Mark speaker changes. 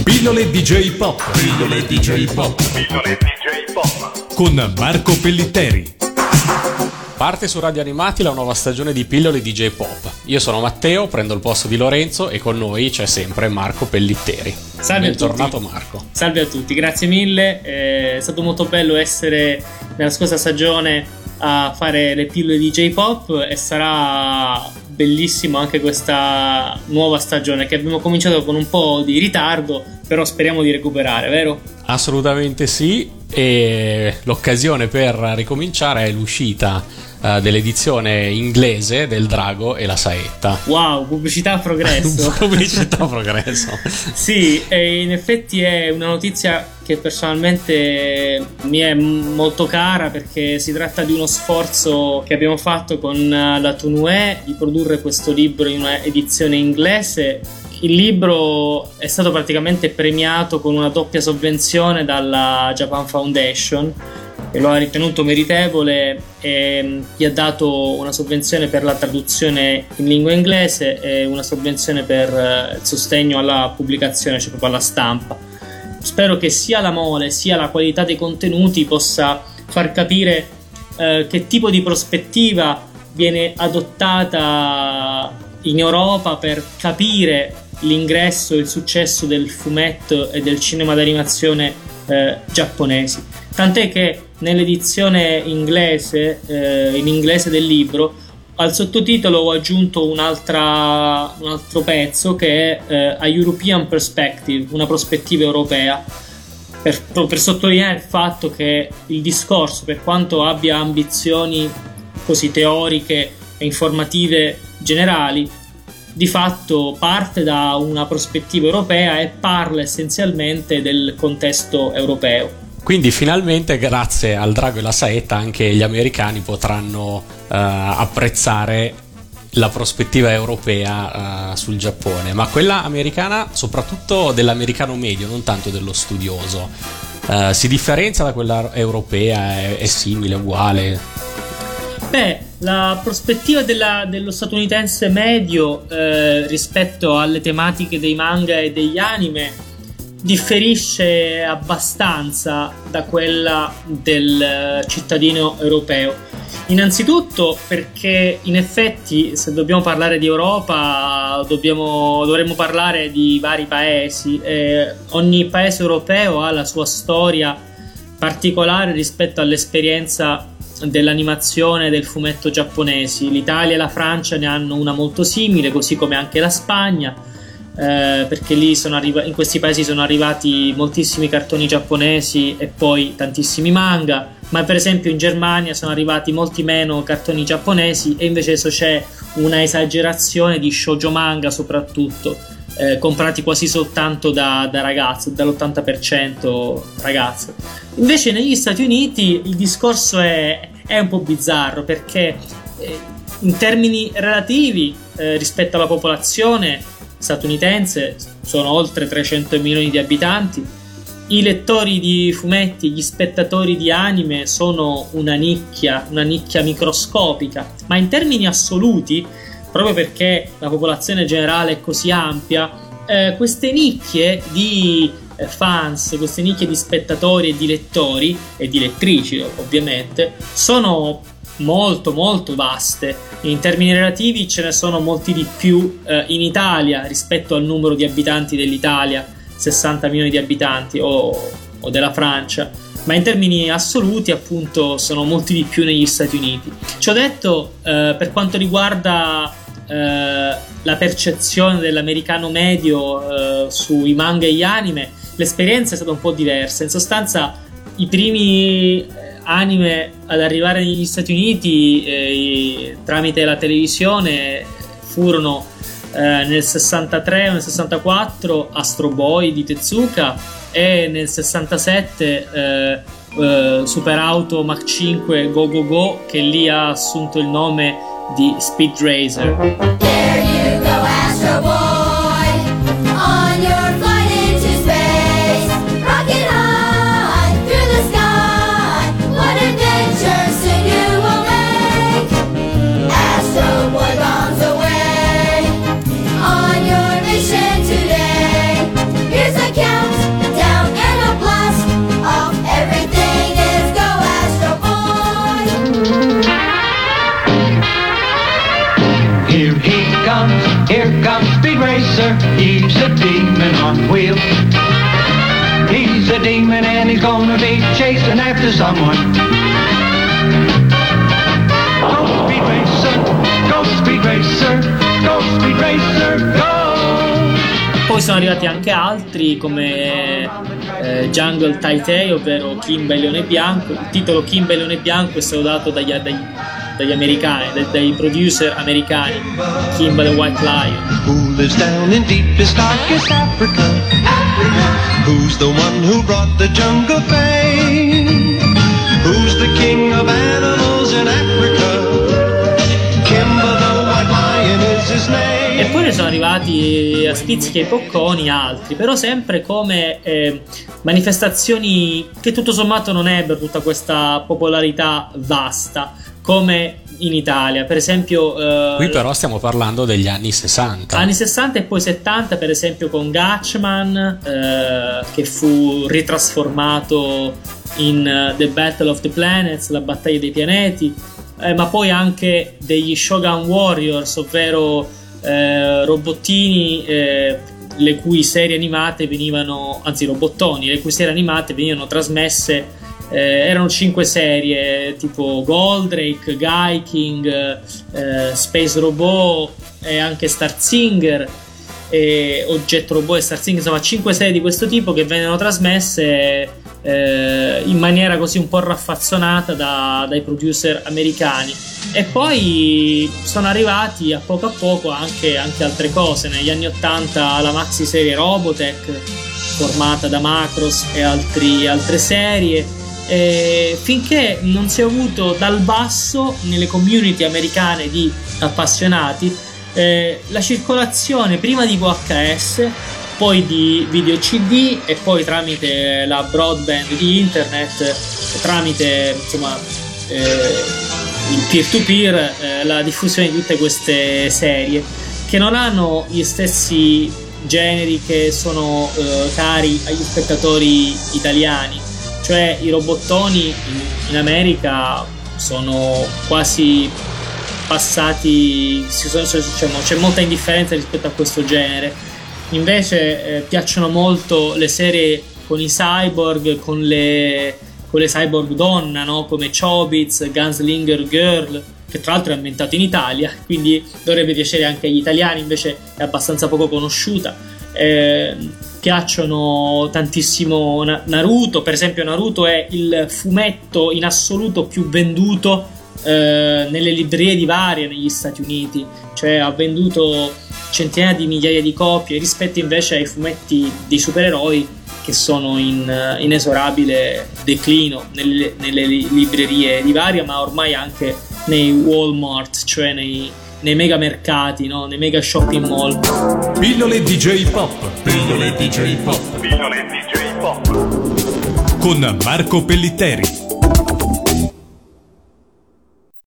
Speaker 1: Pillole DJ Pop. Pillole DJ Pop.
Speaker 2: Pillole DJ Pop.
Speaker 1: Con Marco Pellitteri.
Speaker 3: Parte su Radio Animati la nuova stagione di Pillole DJ Pop. Io sono Matteo, prendo il posto di Lorenzo e con noi c'è sempre Marco Pellitteri.
Speaker 4: Salve
Speaker 3: Bentornato
Speaker 4: a tutti.
Speaker 3: Marco.
Speaker 4: Salve a tutti, grazie mille. È stato molto bello essere nella scorsa stagione a fare le pillole DJ Pop e sarà bellissimo anche questa nuova stagione che abbiamo cominciato con un po' di ritardo, però speriamo di recuperare, vero?
Speaker 3: Assolutamente sì, e l'occasione per ricominciare è l'uscita dell'edizione inglese del Drago e la Saetta.
Speaker 4: Wow, pubblicità a progresso.
Speaker 3: Pubblicità a progresso.
Speaker 4: Sì, e in effetti è una notizia che personalmente mi è molto cara, perché si tratta di uno sforzo che abbiamo fatto con la Toonue di produrre questo libro in una edizione inglese. Il libro è stato praticamente premiato con una doppia sovvenzione dalla Japan Foundation, che lo ha ritenuto meritevole e gli ha dato una sovvenzione per la traduzione in lingua inglese e una sovvenzione per il sostegno alla pubblicazione, cioè proprio alla stampa. Spero che sia la mole sia la qualità dei contenuti possa far capire che tipo di prospettiva viene adottata in Europa per capire l'ingresso e il successo del fumetto e del cinema d'animazione giapponesi. Tant'è che nell'edizione inglese, in inglese del libro, al sottotitolo ho aggiunto un altro pezzo che è A European Perspective, una prospettiva europea, per sottolineare il fatto che il discorso, per quanto abbia ambizioni così teoriche e informative generali, di fatto parte da una prospettiva europea e parla essenzialmente del contesto europeo.
Speaker 3: Quindi finalmente, grazie al Drago e la Saetta, anche gli americani potranno apprezzare la prospettiva europea sul Giappone, ma quella americana soprattutto dell'americano medio, non tanto dello studioso. Si differenzia da quella europea? È simile, uguale?
Speaker 4: Beh, la prospettiva dello statunitense medio rispetto alle tematiche dei manga e degli anime differisce abbastanza da quella del cittadino europeo. Innanzitutto perché in effetti, se dobbiamo parlare di Europa, dovremmo parlare di vari paesi. Ogni paese europeo ha la sua storia particolare rispetto all'esperienza dell'animazione e del fumetto giapponesi. L'Italia e la Francia ne hanno una molto simile, così come anche la Spagna, perché lì in questi paesi sono arrivati moltissimi cartoni giapponesi e poi tantissimi manga, ma per esempio in Germania sono arrivati molti meno cartoni giapponesi e invece c'è una esagerazione di shoujo manga, soprattutto comprati quasi soltanto da ragazze, dall'80% ragazze. Invece negli Stati Uniti il discorso è un po' bizzarro, perché in termini relativi rispetto alla popolazione statunitense sono oltre 300 milioni di abitanti. I lettori di fumetti, gli spettatori di anime sono una nicchia microscopica, ma in termini assoluti, proprio perché la popolazione generale è così ampia, queste nicchie di fans, queste nicchie di spettatori e di lettori e di lettrici ovviamente sono molto molto vaste. In termini relativi ce ne sono molti di più in Italia rispetto al numero di abitanti dell'Italia, 60 milioni di abitanti, o della Francia, ma in termini assoluti appunto sono molti di più negli Stati Uniti. Ciò detto, per quanto riguarda la percezione dell'americano medio sui manga e gli anime, l'esperienza è stata un po' diversa. In sostanza, i primi anime ad arrivare negli Stati Uniti tramite la televisione furono nel 63 o nel 64 Astro Boy di Tezuka e nel 67 Super Auto Mach 5 Go Go Go, che lì ha assunto il nome di Speed Racer.
Speaker 5: There you go, Astro Boy, on your flight into space, rocking high through the sky. What adventures soon you will make. Astro Boy bombs away on your mission today. Here's a the countdown and a blast off. Everything is Go Astro Boy.
Speaker 6: Here comes Speed Racer. He's a demon on wheels. He's a demon and he's gonna be chasing after someone. Go Speed Racer, go Speed Racer, go Speed Racer, go!
Speaker 4: Poi sono arrivati anche altri come Jungle Tai-Tai, ovvero Kimba il Leone Bianco. Il titolo Kimba il Leone Bianco è stato dato dagli americani, dai producer americani, Kimba the White Lion.
Speaker 7: Who lives down in deepest, darkest Africa? Who's the one who brought the jungle fame? Who's the king of animals in Africa? Kimba the White Lion is his name.
Speaker 4: E poi ne sono arrivati a spizzichi e bocconi altri, però sempre come manifestazioni che tutto sommato non ebbero tutta questa popolarità vasta come in Italia. Per esempio
Speaker 3: qui però stiamo parlando degli anni 60
Speaker 4: e poi 70, per esempio con Gatchman, che fu ritrasformato in The Battle of the Planets, la battaglia dei pianeti, ma poi anche degli Shogun Warriors, ovvero robottini le cui serie animate venivano, anzi robottoni, le cui serie animate venivano trasmesse, erano 5 serie tipo Goldrake, Guy King, Space Robot e anche Star Singer, Oggetto Robot e Star Singer, insomma 5 serie di questo tipo che vennero trasmesse in maniera così un po' raffazzonata dai producer americani. E poi sono arrivati a poco anche altre cose. Negli anni 80 la maxi serie Robotech, formata da Macross e altre serie, finché non si è avuto dal basso nelle community americane di appassionati la circolazione prima di VHS, poi di video CD e poi tramite la broadband di internet, tramite insomma il peer-to-peer, la diffusione di tutte queste serie che non hanno gli stessi generi che sono cari agli spettatori italiani. Cioè i robottoni in America sono quasi passati, c'è molta indifferenza rispetto a questo genere. Invece piacciono molto le serie con i cyborg, con le cyborg donna, no? Come Chobits, Gunslinger Girl, che tra l'altro è ambientato in Italia, quindi dovrebbe piacere anche agli italiani, invece è abbastanza poco conosciuta. Piacciono tantissimo Naruto, per esempio. Naruto è il fumetto in assoluto più venduto nelle librerie di varie negli Stati Uniti, cioè ha venduto centinaia di migliaia di copie rispetto invece ai fumetti dei supereroi che sono in inesorabile declino nelle librerie di varia, ma ormai anche nei Walmart, cioè nei mega mercati, no? Nei mega shopping mall.
Speaker 1: Pillole DJ Pop. Pillole DJ Pop.
Speaker 2: Pillole DJ Pop.
Speaker 1: Con Marco Pellitteri.